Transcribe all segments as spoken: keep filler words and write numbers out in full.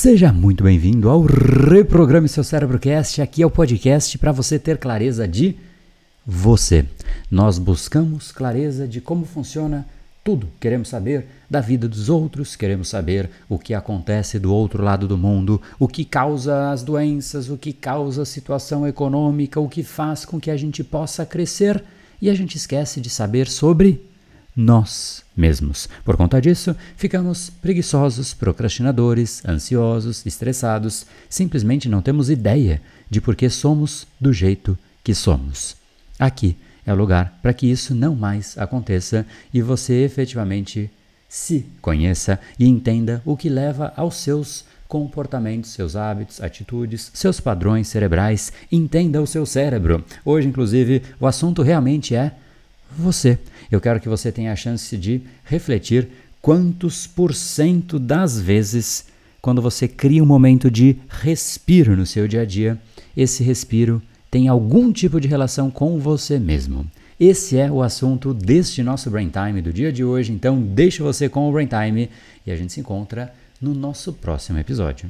Seja muito bem-vindo ao Reprograme Seu CérebroCast. Aqui é o podcast para você ter clareza de você. Nós buscamos clareza de como funciona tudo. Queremos saber da vida dos outros, queremos saber o que acontece do outro lado do mundo, o que causa as doenças, o que causa a situação econômica, o que faz com que a gente possa crescer, e a gente esquece de saber sobre nós mesmos. Por conta disso, ficamos preguiçosos, procrastinadores, ansiosos, estressados, simplesmente não temos ideia de por que somos do jeito que somos. Aqui é o lugar para que isso não mais aconteça e você efetivamente se conheça e entenda o que leva aos seus comportamentos, seus hábitos, atitudes, seus padrões cerebrais. Entenda o seu cérebro. Hoje, inclusive, o assunto realmente é você. Eu quero que você tenha a chance de refletir quantos por cento das vezes, quando você cria um momento de respiro no seu dia a dia, esse respiro tem algum tipo de relação com você mesmo. Esse é o assunto deste nosso Brain Time do dia de hoje, então deixo você com o Brain Time e a gente se encontra no nosso próximo episódio.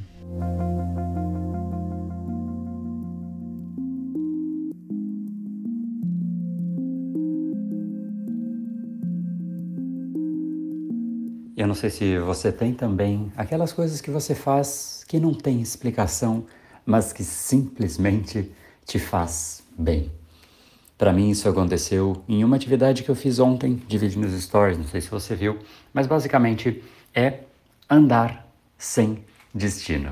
Eu não sei se você tem também aquelas coisas que você faz que não tem explicação, mas que simplesmente te faz bem. Para mim isso aconteceu em uma atividade que eu fiz ontem, dividi nos stories, não sei se você viu, mas basicamente é andar sem destino.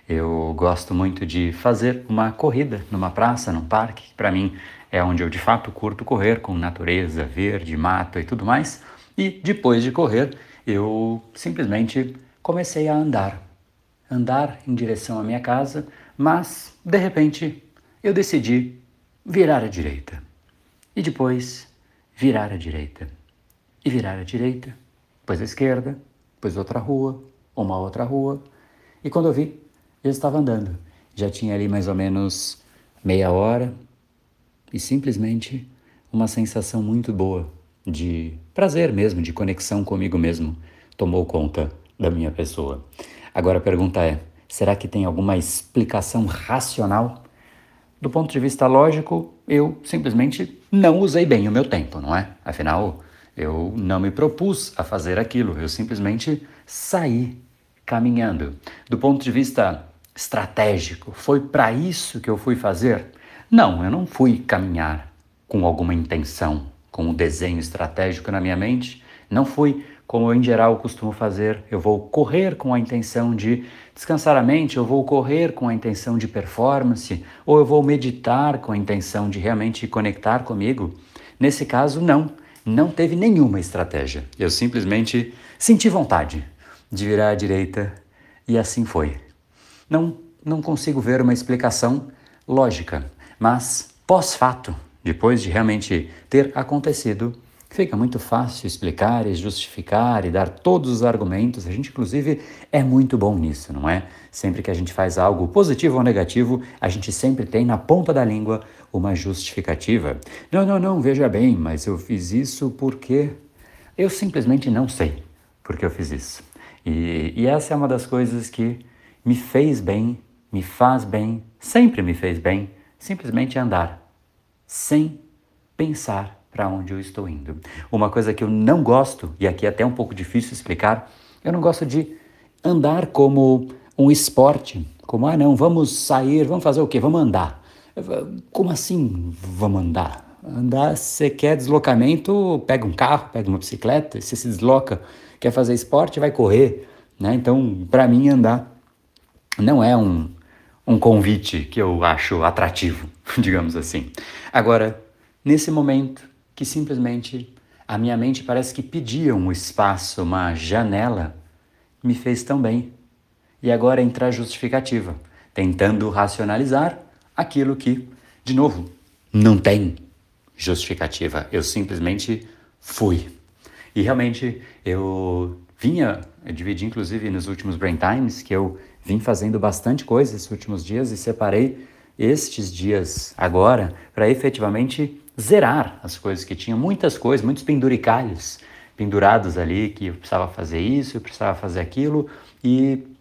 Eu gosto muito de fazer uma corrida numa praça, num parque, que para mim é onde eu de fato curto correr, com natureza, verde, mato e tudo mais, e depois de correr, eu simplesmente comecei a andar, andar em direção à minha casa, mas, de repente, eu decidi virar à direita. E depois, virar à direita. E virar à direita, depois à esquerda, depois outra rua, uma outra rua. E quando eu vi, eu estava andando. Já tinha ali mais ou menos meia hora e simplesmente uma sensação muito boa de prazer mesmo, de conexão comigo mesmo, tomou conta da minha pessoa. Agora a pergunta é, será que tem alguma explicação racional? Do ponto de vista lógico, eu simplesmente não usei bem o meu tempo, não é? Afinal, eu não me propus a fazer aquilo, eu simplesmente saí caminhando. Do ponto de vista estratégico, foi para isso que eu fui fazer? Não, eu não fui caminhar com alguma intenção, com um desenho estratégico na minha mente. Não fui, como eu em geral costumo fazer, eu vou correr com a intenção de descansar a mente, eu vou correr com a intenção de performance, ou eu vou meditar com a intenção de realmente conectar comigo. Nesse caso, não, não teve nenhuma estratégia. Eu simplesmente senti vontade de virar à direita e assim foi. Não, não consigo ver uma explicação lógica, mas pós-fato, depois de realmente ter acontecido, fica muito fácil explicar e justificar e dar todos os argumentos. A gente, inclusive, é muito bom nisso, não é? Sempre que a gente faz algo positivo ou negativo, a gente sempre tem na ponta da língua uma justificativa. Não, não, não, veja bem, mas eu fiz isso porque eu simplesmente não sei porque eu fiz isso. E, e essa é uma das coisas que me fez bem, me faz bem, sempre me fez bem, simplesmente andar sem pensar para onde eu estou indo. Uma coisa que eu não gosto, e aqui é até um pouco difícil explicar, eu não gosto de andar como um esporte, como, ah não, vamos sair, vamos fazer o quê? Vamos andar. Como assim vamos andar? Andar, você quer deslocamento, pega um carro, pega uma bicicleta, você se desloca, quer fazer esporte, vai correr, né? Então, para mim, andar não é um um convite que eu acho atrativo, digamos assim. Agora, nesse momento que simplesmente a minha mente parece que pedia um espaço, uma janela, me fez tão bem. E agora entra a justificativa, tentando racionalizar aquilo que, de novo, não tem justificativa. Eu simplesmente fui. E realmente eu vinha, eu dividi inclusive nos últimos Brain Times, que eu vim fazendo bastante coisa esses últimos dias e separei estes dias agora para efetivamente zerar as coisas que tinha, muitas coisas, muitos penduricalhos pendurados ali, que eu precisava fazer isso, eu precisava fazer aquilo, e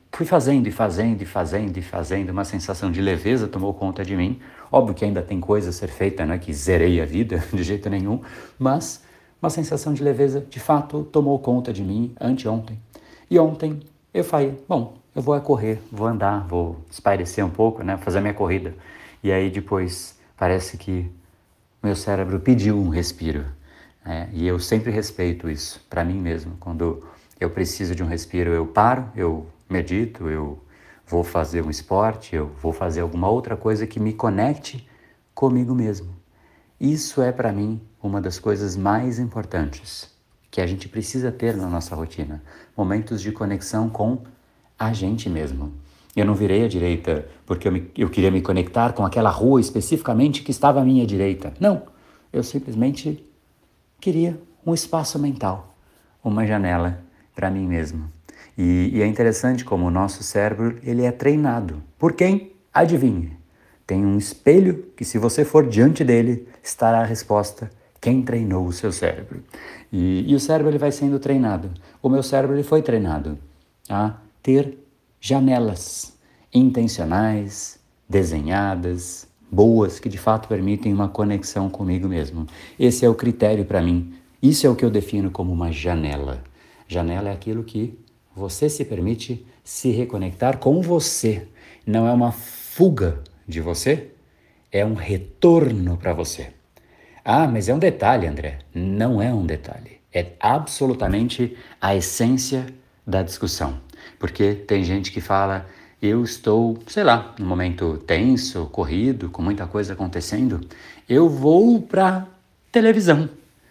fui fazendo e fazendo e fazendo e fazendo, uma sensação de leveza tomou conta de mim. Óbvio que ainda tem coisa a ser feita, não é que zerei a vida de jeito nenhum, mas uma sensação de leveza de fato tomou conta de mim anteontem. E ontem eu falei, bom, eu vou correr, vou andar, vou espairecer um pouco, né, fazer minha corrida. E aí depois parece que meu cérebro pediu um respiro. É, e eu sempre respeito isso para mim mesmo. Quando eu preciso de um respiro, eu paro, eu medito, eu vou fazer um esporte, eu vou fazer alguma outra coisa que me conecte comigo mesmo. Isso é para mim uma das coisas mais importantes que a gente precisa ter na nossa rotina. Momentos de conexão com a gente mesmo. Eu não virei à direita porque eu, me, eu queria me conectar com aquela rua especificamente que estava à minha direita. Não, eu simplesmente queria um espaço mental, uma janela para mim mesmo. E, e é interessante como o nosso cérebro ele é treinado. Por quem? Adivinhe. Tem um espelho que, se você for diante dele, estará a resposta: quem treinou o seu cérebro? E, e o cérebro ele vai sendo treinado. O meu cérebro ele foi treinado a ter janelas intencionais, desenhadas, boas, que de fato permitem uma conexão comigo mesmo. Esse é o critério para mim. Isso é o que eu defino como uma janela. Janela é aquilo que você se permite se reconectar com você. Não é uma fuga de você, é um retorno para você. Ah, mas é um detalhe, André. Não é um detalhe. É absolutamente a essência da discussão. Porque tem gente que fala, eu estou, sei lá, num momento tenso, corrido, com muita coisa acontecendo, eu vou para televisão.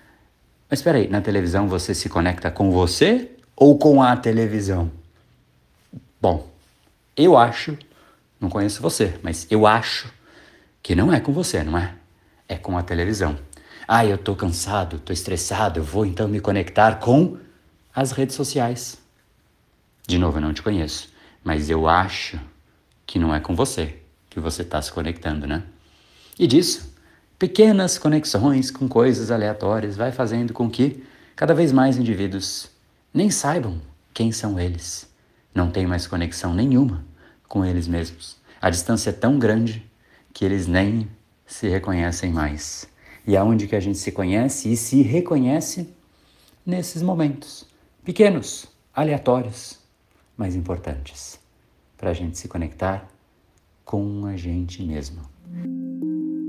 Mas espera aí, na televisão você se conecta com você ou com a televisão? Bom, eu acho, não conheço você, mas eu acho que não é com você, não é? É com a televisão. Ah, eu tô cansado, tô estressado, eu vou então me conectar com as redes sociais. De novo, eu não te conheço, mas eu acho que não é com você que você está se conectando, né? E disso, pequenas conexões com coisas aleatórias vai fazendo com que cada vez mais indivíduos nem saibam quem são eles. Não tem mais conexão nenhuma com eles mesmos. A distância é tão grande que eles nem se reconhecem mais. E aonde que a gente se conhece e se reconhece? Nesses momentos pequenos, aleatórios, mas importantes, para a gente se conectar com a gente mesmo.